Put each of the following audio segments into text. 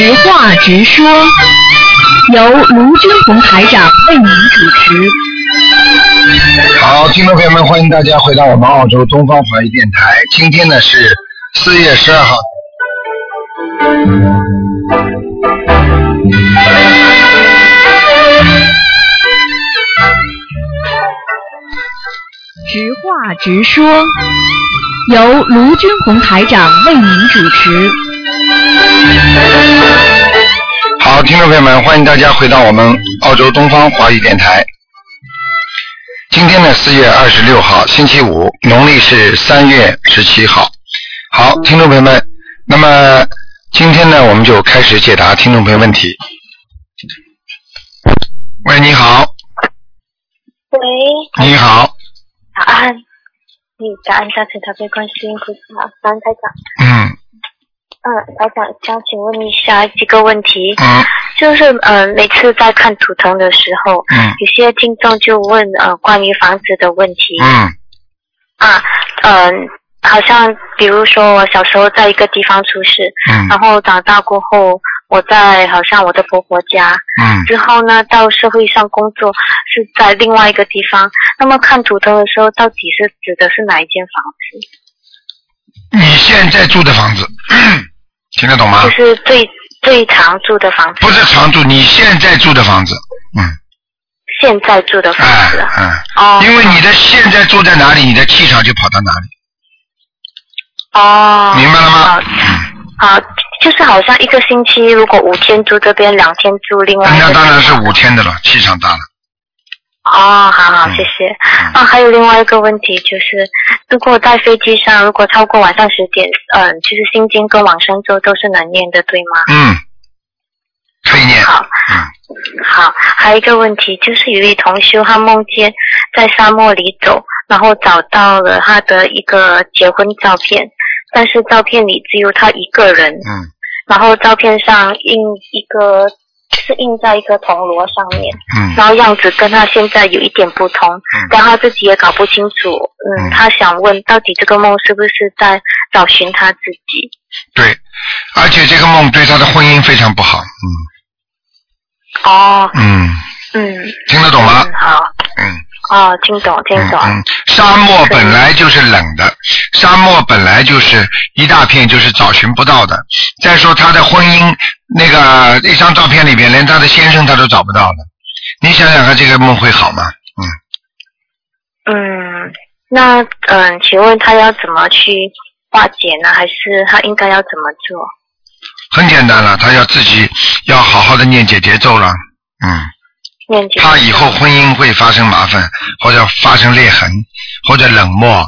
实话直说，由卢军红台长为您主持。 好，听众朋友们，欢迎大家回到我们澳洲东方华语电台。今天呢是4月12号。 实话直说，由卢军红台长为您主持。 好，听众朋友们，欢迎大家回到我们澳洲东方华语电台。今天呢4月26号，星期五，农历是3月17号。好，听众朋友们，那么今天呢我们就开始解答听众朋友问题。喂，你好。 喂。 你好。 早安。感恩大慈大悲观世音菩萨，感恩台长。台长想请问一下几个问题。就是每次在看图腾的时候，有些听众就问关于房子的问题。好像比如说我小时候在一个地方出世，然后长大过后我在好像我的婆婆家，之后呢到社会上工作是在另外一个地方，那么看图腾的时候到底是指的是哪一间房子？ 你现在住的房子听得懂吗？ 就是最常住的房子。不是常住，你现在住的房子。 现在住的房子。 因为你的现在住在哪里，你的气场就跑到哪里。明白了吗？ 就是好像一个星期如果5天住这边，2天住另外一个。 那当然是5天的了，气场大了。 好，谢谢。还有另外一个问题就是，如果在飞机上，如果超过晚上10点，就是心经跟往生咒都是能念的，对吗？ 可以念。 好，还有一个问题就是有一同修他梦见在沙漠里走，然后找到了他的一个结婚照片，但是照片里只有他一个人。然后照片上印在一个铜锣上面，然后样子跟他现在有一点不同，但他自己也搞不清楚。他想问，到底这个梦是不是在找寻他自己？ 对，而且这个梦对他的婚姻非常不好。听得懂吗？ 听懂。 沙漠本来就是冷的，沙漠本来就是一大片就是找寻不到的。再说他的婚姻，那个一张照片里边连他的先生他都找不到了，你想想看这个梦会好吗？ 那请问他要怎么去化解呢？还是他应该要怎么做？ 很简单了，他要自己要好好的念解结咒了。他以后婚姻会发生麻烦，或者发生裂痕，或者冷漠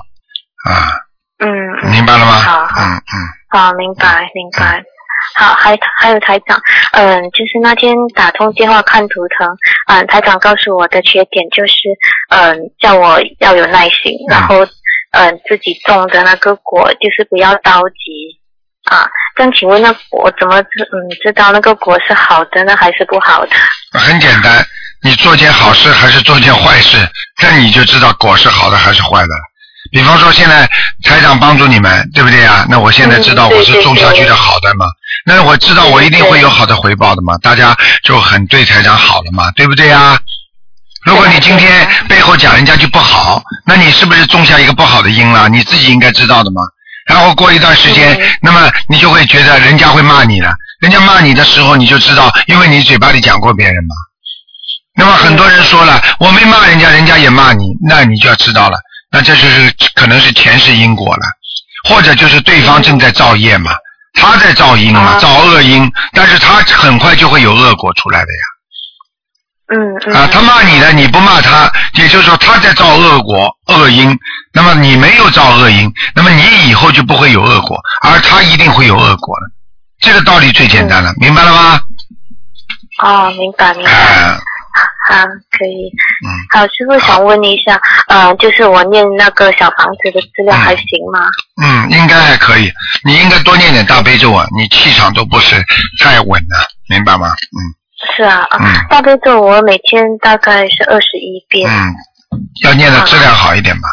明白了吗？ 好，明白。好，还有台长，就是那天打通电话看图腾，台长告诉我的缺点就是，叫我要有耐心，然后自己种的那个果就是不要着急。这样请问那果怎么知道那个果是好的呢还是不好的？ 很简单，你做件好事还是做件坏事，那你就知道果是好的还是坏的了。比方说现在台长帮助你们，对不对啊？那我现在知道我是种下去的好的嘛，那我知道我一定会有好的回报的嘛，大家就很对台长好了嘛，对不对啊？如果你今天背后讲人家就不好，那你是不是种下一个不好的因了？你自己应该知道的嘛。然后过一段时间，那么你就会觉得人家会骂你了，人家骂你的时候你就知道，因为你嘴巴里讲过别人嘛。那么很多人说了，我没骂人家，人家也骂你，那你就要知道了，那这就是可能是前世因果了，或者就是对方正在造业嘛，他在造因嘛，造恶因，但是他很快就会有恶果出来的呀。他骂你的，你不骂他，也就是说他在造恶果恶因，那么你没有造恶因，那么你以后就不会有恶果，而他一定会有恶果的。这个道理最简单了，明白了吗？ 明白。可以。好，师父想问一下，就是我念那个小房子的资料还行吗？ 应该还可以，你应该多念点大悲咒啊，你气场都不是太稳了，明白吗？ 是啊，大悲咒我每天大概是21遍。 要念的质量好一点吧。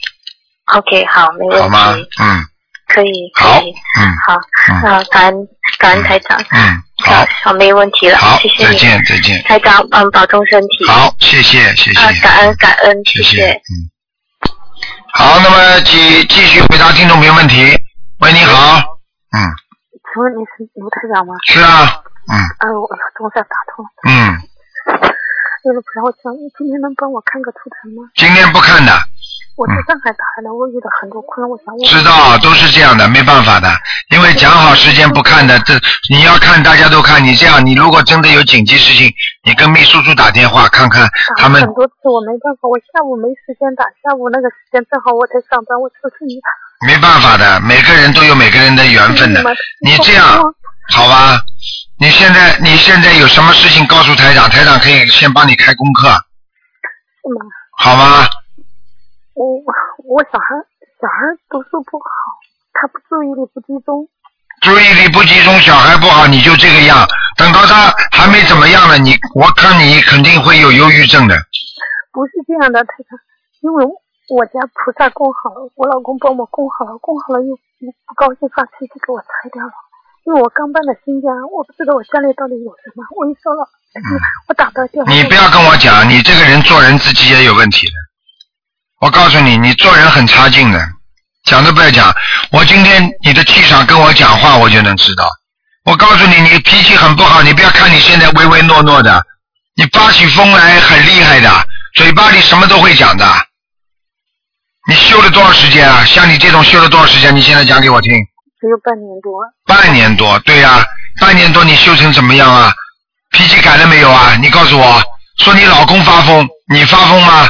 OK， 好，没问题。 好吗？ 可以。好。好，感感恩台长。 好， 没问题了。 好， 谢谢你。 再见。 台长，保重身体。 好，谢谢。 感恩， 谢谢。好，那么继续回答听众朋友问题。喂，你好。 请问你是卢台长吗？ 是啊。 我总算打通了。卢台长，我想你今天能帮我看个图腾吗？ 今天不看的。 我在上海打来的，我遇到很多困难，我想问。 知道，都是这样的，没办法的，因为讲好时间不看的，这你要看大家都看，你这样，你如果真的有紧急事情，你跟秘书处打电话看看他们。 很多次我没办法，我下午没时间打，下午那个时间正好我在上班，我求求你了。 没办法的，每个人都有每个人的缘分的。你这样好吧？你现在有什么事情告诉台长，台长可以先帮你开功课。 是吗？ 好吗？ 我小孩读书不好，他注意力不集中。 注意力不集中，小孩不好，你就这个样。等到他还没怎么样了，我看你肯定会有忧郁症的。 不是这样的，台长，因为我家菩萨供好了，我老公帮我供好了又不高兴发脾气给我拆掉了。因为我刚搬到新家，我不知道我家里到底有什么。我一说了，我打到电话。你不要跟我讲，你这个人做人自己也有问题的。我告诉你，你做人很差劲的，讲都不要讲。我今天你的气场跟我讲话，我就能知道。我告诉你，你脾气很不好，你不要看你现在唯唯诺诺的，你发起疯来很厉害的，嘴巴里什么都会讲的。你修了多少时间啊？像你这种修了多少时间？你现在讲给我听。 只有半年多。 半年多，对呀，半年多你修成怎么样啊？脾气改了没有啊？你告诉我，说你老公发疯，你发疯吗？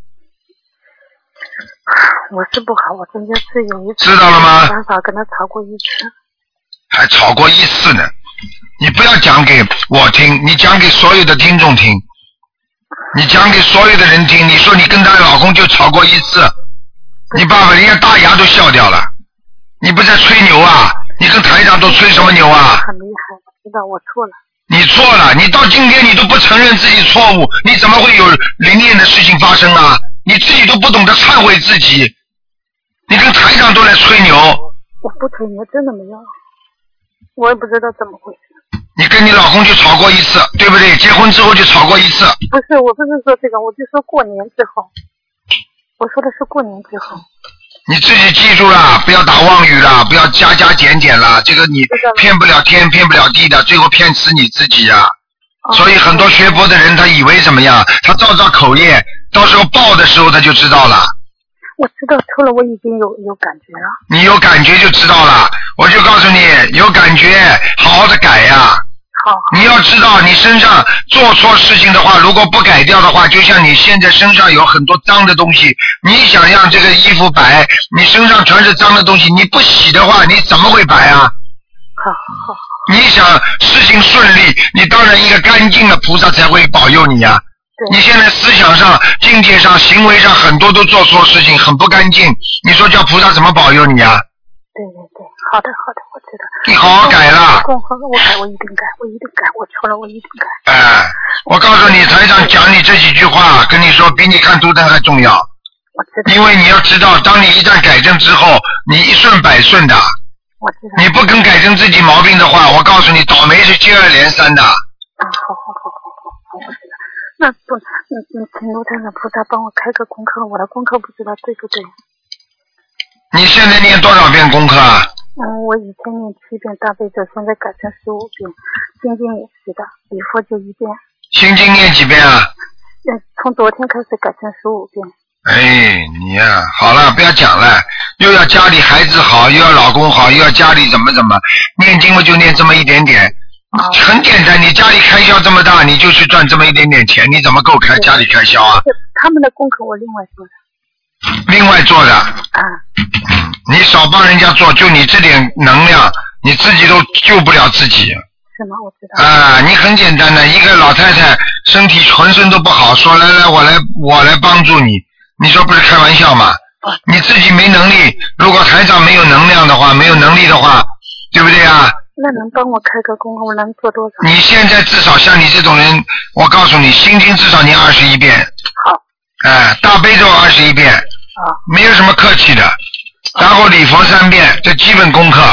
我是不好，我中间是有一次知道了吗？ 没办法跟他吵过一次。 还吵过一次呢？你不要讲给我听，你讲给所有的听众听，你讲给所有的人听。你说你跟她老公就吵过一次，你爸爸人家大牙都笑掉了，你不在吹牛啊？你跟台长都吹什么牛啊？ 很厉害，我知道我错了。 你错了，你到今天你都不承认自己错误，你怎么会有灵验的事情发生啊？你自己都不懂得忏悔自己，你跟台长都来吹牛。 我不吹牛，真的没有，我也不知道怎么回事。 你跟你老公就吵过一次，对不对？结婚之后就吵过一次。 不是，我不是说这个，我就说过年之后。我说的是过年之后。 你自己记住了，不要打妄语了，不要加减了，这个你骗不了天骗不了地的，最后骗死你自己啊。所以很多学佛的人他以为怎么样，他照口业，到时候报的时候他就知道了。 我知道错了，我已经有感觉了。 你有感觉就知道了，我就告诉你，有感觉好好的改呀。 好。 你要知道你身上做错事情的话，如果不改掉的话，就像你现在身上有很多脏的东西，你想让这个衣服白，你身上全是脏的东西，你不洗的话，你怎么会白啊？ 好。 你想事情顺利，你当然应该干净了，菩萨才会保佑你啊。你现在思想上、境界上、行为上很多都做错事情，很不干净，你说叫菩萨怎么保佑你啊？ 对，好的，我知道。 你好好改了。 我一定改，我错了，我一定改。 我告诉你，台上讲你这几句话，跟你说比你看图腾还重要。 我知道。 因为你要知道，当你一旦改正之后，你一顺百顺的。 我知道。 你不肯改正自己毛病的话，我告诉你，倒霉是接二连三的。 好，我知道。那不，请卢台长菩萨帮我开个功课，我的功课不知道对不对。 你现在念多少遍功课啊？ 我以前念7遍大悲咒，现在改成15遍，心经也是的，礼佛就1遍。 心经念几遍啊？ 从昨天开始改成15遍。 哎，你呀，好了，不要讲了，又要家里孩子好，又要老公好，又要家里怎么，念经我就念这么一点点。很简单，你家里开销这么大，你就去赚这么一点点钱，你怎么够家里开销啊？ 他们的功课我另外做的。 另外做的。你少帮人家做，就你这点能量，你自己都救不了自己。 是吗？我知道。 你很简单的，一个老太太身体浑身都不好，说来我来帮助你，你说不是开玩笑吗？你自己没能力，如果台长没有能量的话，没有能力的话，对不对啊？ 那能帮我开个功课，我能做多少？ 你现在至少像你这种人，我告诉你，心经至少念21遍。 好。 大悲咒21遍。没有什么客气的。然后礼佛3遍，这基本功课。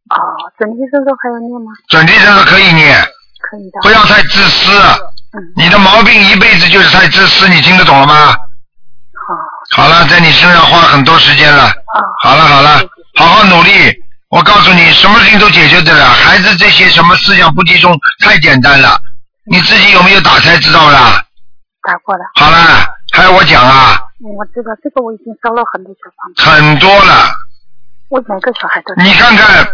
哦，准提神咒还要念吗？ 准提神咒可以念， 可以的。 不要太自私。你的毛病一辈子就是太自私，你听得懂了吗？好了，在你身上花很多时间了。好了，好好努力。我告诉你，什么事情都解决得了。孩子这些什么思想不集中，太简单了。你自己有没有打才知道啦？ 打过了。 好了，还要我讲啊？ 我知道这个，我已经烧了很多小房子。 很多了。 我每个小孩都。 你看看，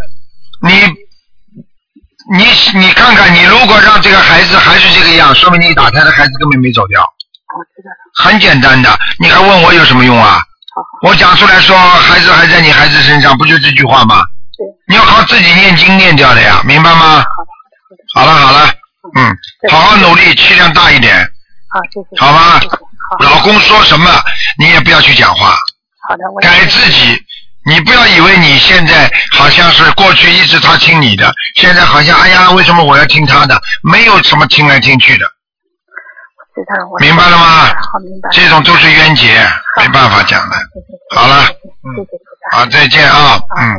你看看，你如果让这个孩子还是这个样，说明你打胎的孩子根本没走掉。 我知道了。 很简单的，你还问我有什么用啊？我讲出来说孩子还在你孩子身上，不就这句话吗？ 对。 你要靠自己念经念掉的呀，明白吗？好了，好好努力，气量大一点。 好，谢谢。 好吗？ 谢谢。 老公说什么你也不要去讲话。 好的，我改自己。你不要以为你现在好像是过去一直他听你的，现在好像哎呀为什么我要听他的？没有什么听来听去的。 知道了， 明白了吗？ 好，明白。 这种都是冤结，没办法讲的。好了，好，再见啊，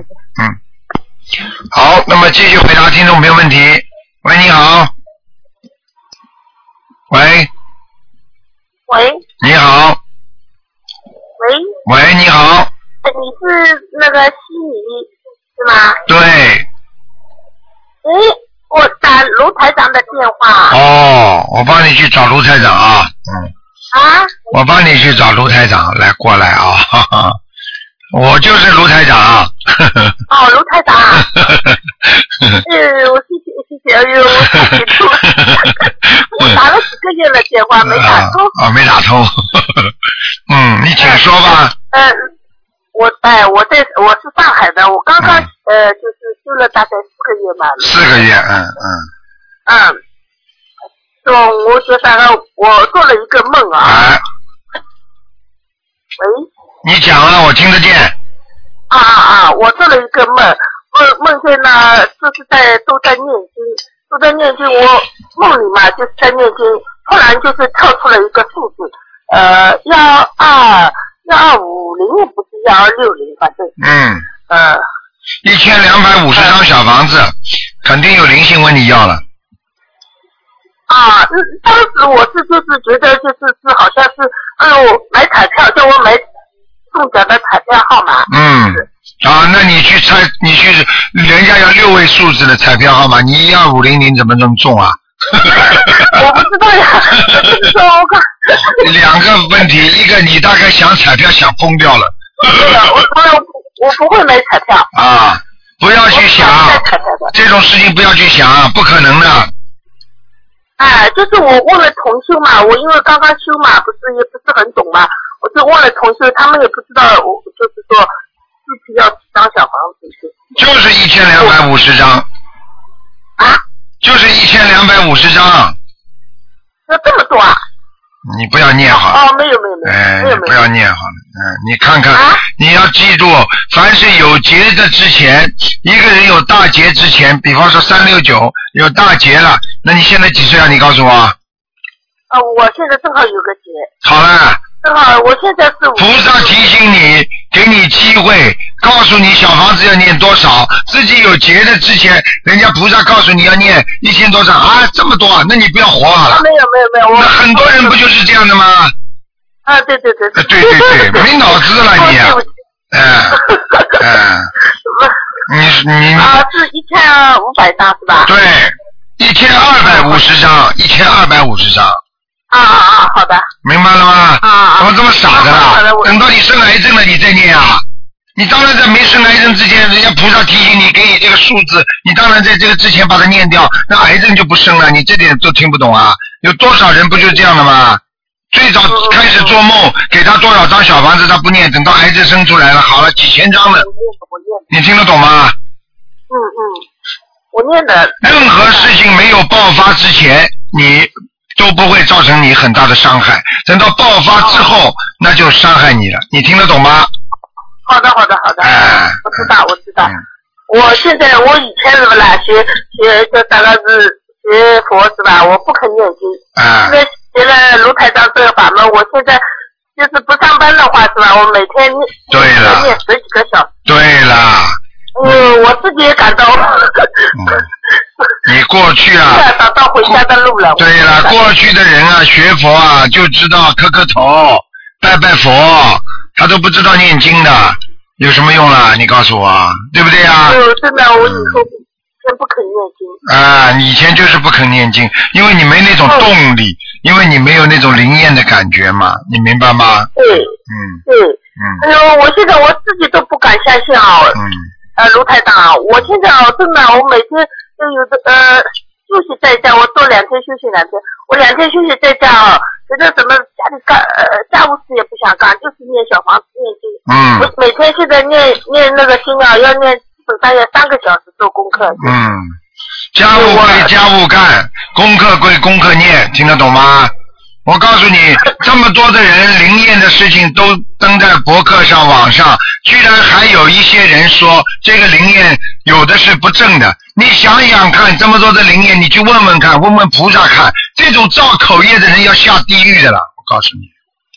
好，那么继续回答听众朋友问题。喂，你好。喂。 喂。 你好。 喂。 喂，你好。 你是那个悉尼是吗？ 对。 我打卢台长的电话。 哦，我帮你去找卢台长啊，我帮你去找卢台长来过来啊，哈哈，我就是卢台长。 哦，卢台长。谢谢，哎呦，太激动了。我打了几个月的电话没打通。 没打通。你请说吧。 我是上海的，我刚刚就是修了大概4个月嘛。 4个月， 我就大概我做了一个梦啊。喂。 你讲啊，我听得见。 我做了一个梦见呢，就是都在念经，我梦里嘛就是在念经，突然就是跳出了一个数字，1250不是1260，反正。 1250张小房子，肯定有灵性问你要了。 当时我就是觉得就是好像是买彩票，叫我买中奖的彩票号码。 那你去人家要6位数字的彩票号码，你1250你怎么能中啊？ 我不知道呀，就是说 2个问题，一个你大概想彩票想疯掉了。 对呀，我不会买彩票。 不要去想这种事情，不要去想，不可能的。 就是我问了同修嘛，我因为刚刚修嘛，也不是很懂嘛，我就问了同修，他们也不知道，我就是说具体要几张小房子。 就是1250张。就是1250张。 有这么多啊？ 你不要念好了。 没有。 不要念好了。你看看，你要记住，凡是有劫的之前，一个人有大劫之前，比方说369有大劫了，那你现在几岁啊？你告诉我。 我现在正好有个劫。 好了。 正好，我现在是。 菩萨提醒你，给你机会，告诉你小房子要念多少，自己有劫的之前，人家菩萨告诉你要念1000多张这么多，那你不要活了。 没有。 那很多人不就是这样的吗？ 对。 对，没脑子了你。你是1500张是吧？ 对，1250张，1250张。 好的。 明白了吗？怎么这么傻的啦？等到你生癌症了你再念啊！你当然在没生癌症之前，人家菩萨提醒你，给你这个数字，你当然在这个之前把它念掉，那癌症就不生了。你这点都听不懂啊？有多少人不就这样的吗？最早开始做梦，给他多少张小房子他不念，等到癌症生出来了，好了几千张了。你听得懂吗？ 我念的。 任何事情没有爆发之前，你都不会造成你很大的伤害，等到爆发之后，那就伤害你了。你听得懂吗？ 好的。我知道。我现在我以前是不啦学就大概是学佛是吧？我不肯念经。现在学了卢台长这个法门，我现在就是不上班的话是吧？我每天念10几个小时。 对了。 我自己也感动。 你过去啊， 找到回家的路了。 对了，过去的人啊，学佛啊，就知道磕磕头、拜拜佛，他都不知道念经的，有什么用啦？你告诉我，对不对呀？ 真的，我以后真不肯念经。 啊，你以前就是不肯念经，因为你没那种动力，因为你没有那种灵验的感觉嘛，你明白吗？ 对，对。哎呦，我现在我自己都不敢相信啊！卢台长，我现在真的，我每天都有的休息在家，我做2天休息2天，我2天休息在家觉得怎么家里家务事也不想干，就是念小房子念经。我每天现在念那个经啊，要念基本上要3个小时做功课。 家务归家务干，功课归功课念，听得懂吗？我告诉你，这么多的人灵验的事情都登在博客上、网上，居然还有一些人说这个灵验有的是不正的。你想想看，这么多的灵验，你去问问看，问问菩萨看，这种造口业的人要下地狱的了。我告诉你，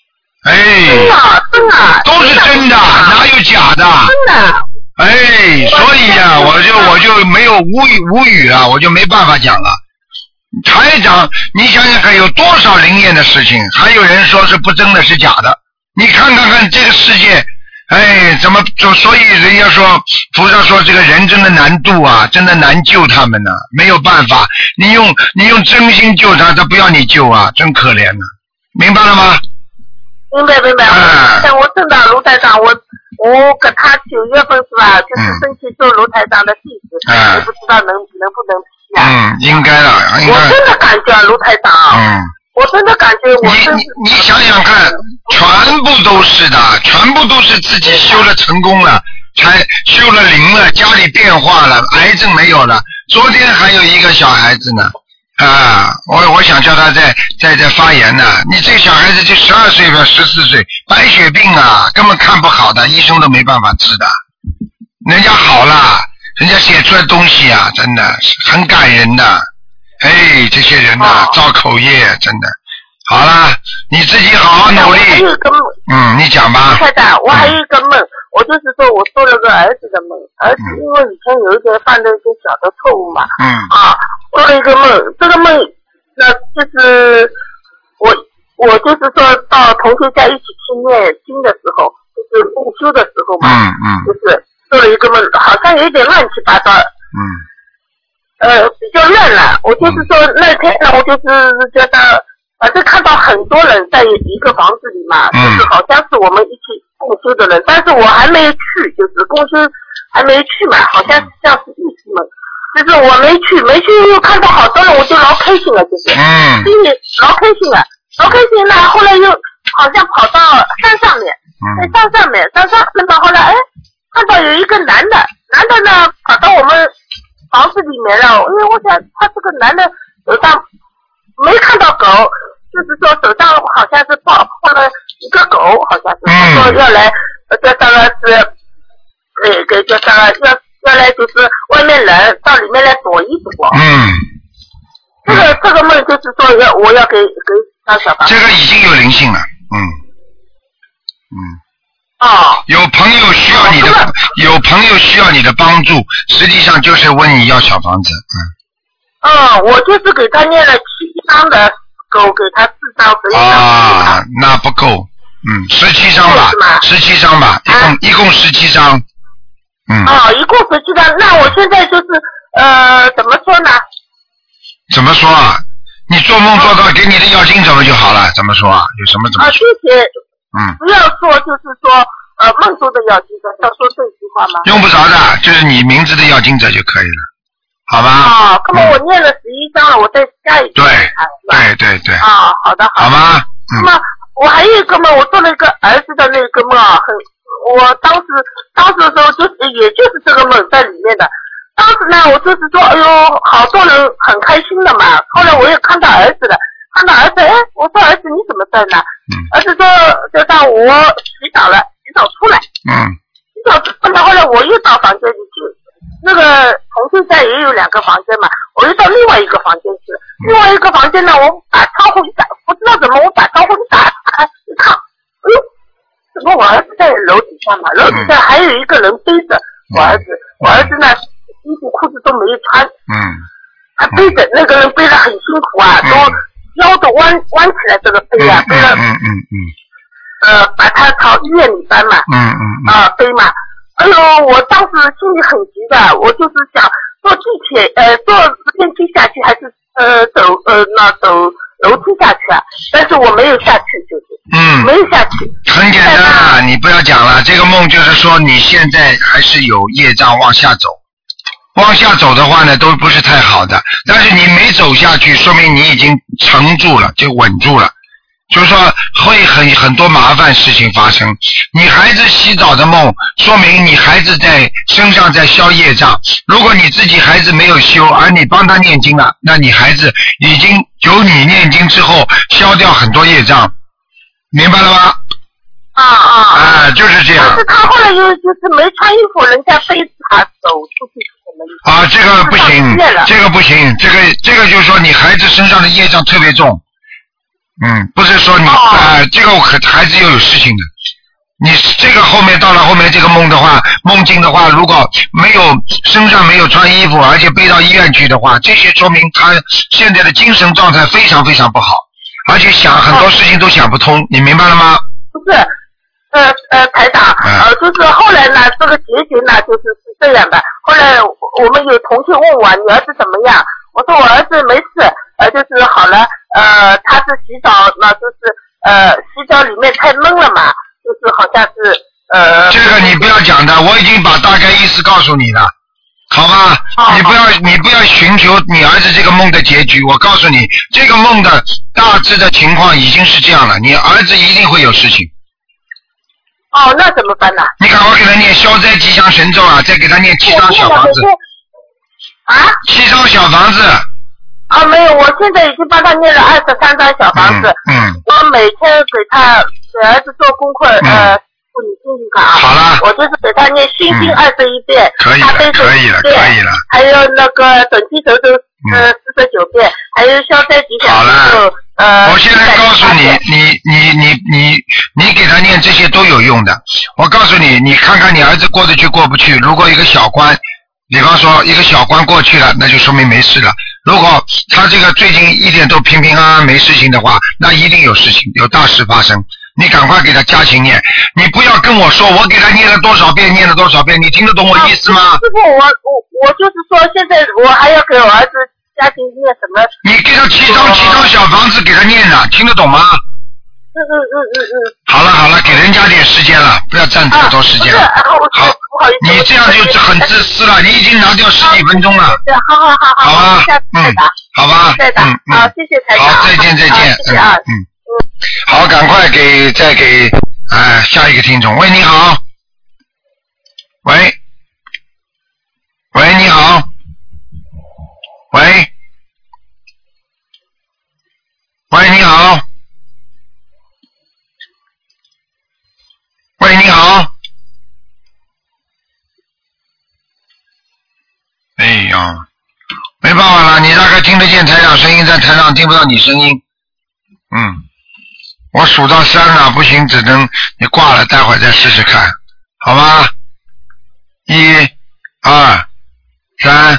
真的， 都是真的，哪有假的？ 真的。 所以呀，我就没有无语了，我就没办法讲了。台长，你想想看，有多少灵验的事情，还有人说是不真的，是假的。你看看这个世界，怎么就所以人家说菩萨说这个人真的难度啊，真的难救他们呢，没有办法。你用真心救他，他不要你救啊，真可怜呢，明白了吗？ 明白。像我真的卢台长，我跟他9月份是吧，就是申请做卢台长的弟子，我不知道能不能批啊？ 应该了， 我真的感觉卢台长，我真的感觉你想想看，全部都是的，全部都是自己修了成功了，才修了灵了，家里变化了，癌症没有了。昨天还有一个小孩子呢，我想叫他在发言呢。你这个小孩子就12岁吧，14岁，白血病啊，根本看不好的，医生都没办法治的。人家好了，人家写出来东西啊，真的很感人的。这些人啊，造口业，真的。好了，你自己好好努力。 还有一个梦。 你讲吧。 太太，我还有一个梦，我就是说我做了个儿子的梦，儿子因为以前有一点犯了一些小的错误嘛，做了一个梦，这个梦，那就是我就是说到同学家一起去念经的时候，就是共修的时候嘛，就是做了一个梦，好像有点乱七八糟，比较乱了。我就是说那天呢，我就是觉得，反正看到很多人在一个房子里嘛，就是好像是我们一起共修的人，但是我还没去，就是共修还没去嘛，好像是像是意思嘛，就是我没去又看到好多人，我就老开心了，就是心里老开心了，后来又好像跑到山上面，在山上面到后来看到有一个男的呢跑到我们房子里面了，因为我想他这个男的手上没看到狗，就是说手上好像是抱了一个狗，好像是说要来叫上了是叫上了要来就是外面人到里面来躲一躲。这个梦就是说我要给他小房子。 这个已经有灵性了，有朋友需要你的帮助，实际上就是问你要小房子。 我就是给他念了7张的狗，给他4张。 那不够，17张吧，17张吧，一共17张。 一共17张，那我现在就是怎么说呢？ 怎么说啊？你做梦做到给你的要经者就好了，怎么说啊？有什么怎么说？ 谢谢。不要说就是说梦中的要经者，要说这句话吗？ 用不着的，就是你名字的要经者就可以了，好吧？ 那么我念了11张了，我再加一个。 对。 好的。 好吗？ 那么我还有一个梦，我做了一个儿子的那个梦我当时的时候也就是这个梦在里面的。当时呢，我就是说，好多人很开心的嘛。后来我也看到儿子了，我说儿子你怎么在呢？儿子说就让我洗澡出来。洗澡出来，后来我又到房间里去，那个同学家也有2个房间嘛，我又到另外一个房间去。另外一个房间呢，我把窗户一打，不知道怎么我把窗户一打开一看，怎么我儿子在楼底下嘛？楼底下还有一个人背着我儿子。我儿子呢都没穿。他背着那个人背得很辛苦啊，都腰都弯起来，这个背啊，背了。把他朝医院里搬嘛。背嘛。哎呦，我当时心里很急的，我就是想坐地铁，坐电梯下去，还是走楼梯下去啊？但是我没有下去，就是没有下去。 很简单啊，你不要讲了。这个梦就是说你现在还是有业障往下走，往下走的话呢，都不是太好的。但是你没走下去，说明你已经撑住了，就稳住了。就是说会很多麻烦事情发生。你孩子洗澡的梦，说明你孩子在身上在消业障。如果你自己孩子没有修，而你帮他念经了，那你孩子已经由你念经之后消掉很多业障，明白了吗？就是这样。 但是他后来就是没穿衣服，人家背他走出去是什么意思？ 这个不行，这个不行，这个就是说你孩子身上的业障特别重。不是说你这个孩子又有事情的。你这个到了后面这个梦境的话，如果身上没有穿衣服，而且背到医院去的话，这些说明他现在的精神状态非常非常不好，而且想很多事情都想不通，你明白了吗？ 不是，台长，就是后来呢，这个结局呢，是这样的。后来我们有同学问我，你儿子怎么样？我说我儿子没事，就是好了。他是洗澡呢，就是洗澡里面太闷了嘛，就是好像是这个你不要讲的，我已经把大概意思告诉你了，好吧？你不要寻求你儿子这个梦的结局，我告诉你，这个梦的大致的情况已经是这样了，你儿子一定会有事情。 那怎么办呢？ 你赶快给他念消灾吉祥神咒啊，再给他念7张小房子。7张小房子。 没有，我现在已经帮他念了23张小房子。我每天给儿子做功课，妇女心情卡。 好了。 我就是给他念心经21遍， 可以了， 还有那个准提神咒49遍，还有消灾吉祥神咒。 我现在告诉你，你给他念这些都有用的。我告诉你，你看看你儿子过得去过不去。如果一个小官，比方说一个小官过去了，那就说明没事了。如果他这个最近一点都平平安安没事情的话，那一定有事情，有大事发生。你赶快给他加勤念，你不要跟我说我给他念了多少遍，你听得懂我意思吗？ 师父，我就是说，现在我还要给我儿子加勤念什么？ 你给他7张小房子给他念的，听得懂吗？好了，给人家点时间了，不要占这么多时间了。好，你这样就很自私了，你已经拿掉10几分钟了。好吧，好吧， 好，谢谢台长。 好，再见， 谢谢啊。 好，赶快再给下一个听众。喂，你好。喂，你好。喂，你好。喂，你好。哎呀，没办法了，你大概听得见台长声音，在台上听不到你声音。我数到3了，不行，只能你挂了，待会儿再试试看，好吗？1、2、3，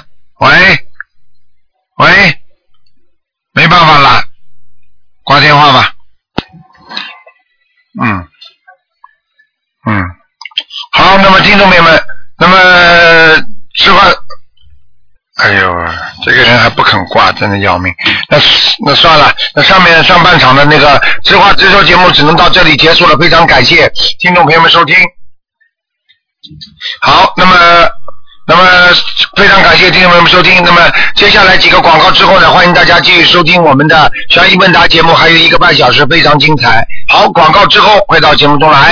喂，没办法了，挂电话吧。好，那么听众朋友们，那么实话，哎呦，这个人还不肯挂，真的要命。那算了，那上半场的那个直话直说节目只能到这里结束了，非常感谢听众朋友们收听。好，那么非常感谢听众朋友们收听。那么接下来几个广告之后呢，欢迎大家继续收听我们的悬疑问答节目，还有1个半小时非常精彩。好，广告之后回到节目中来。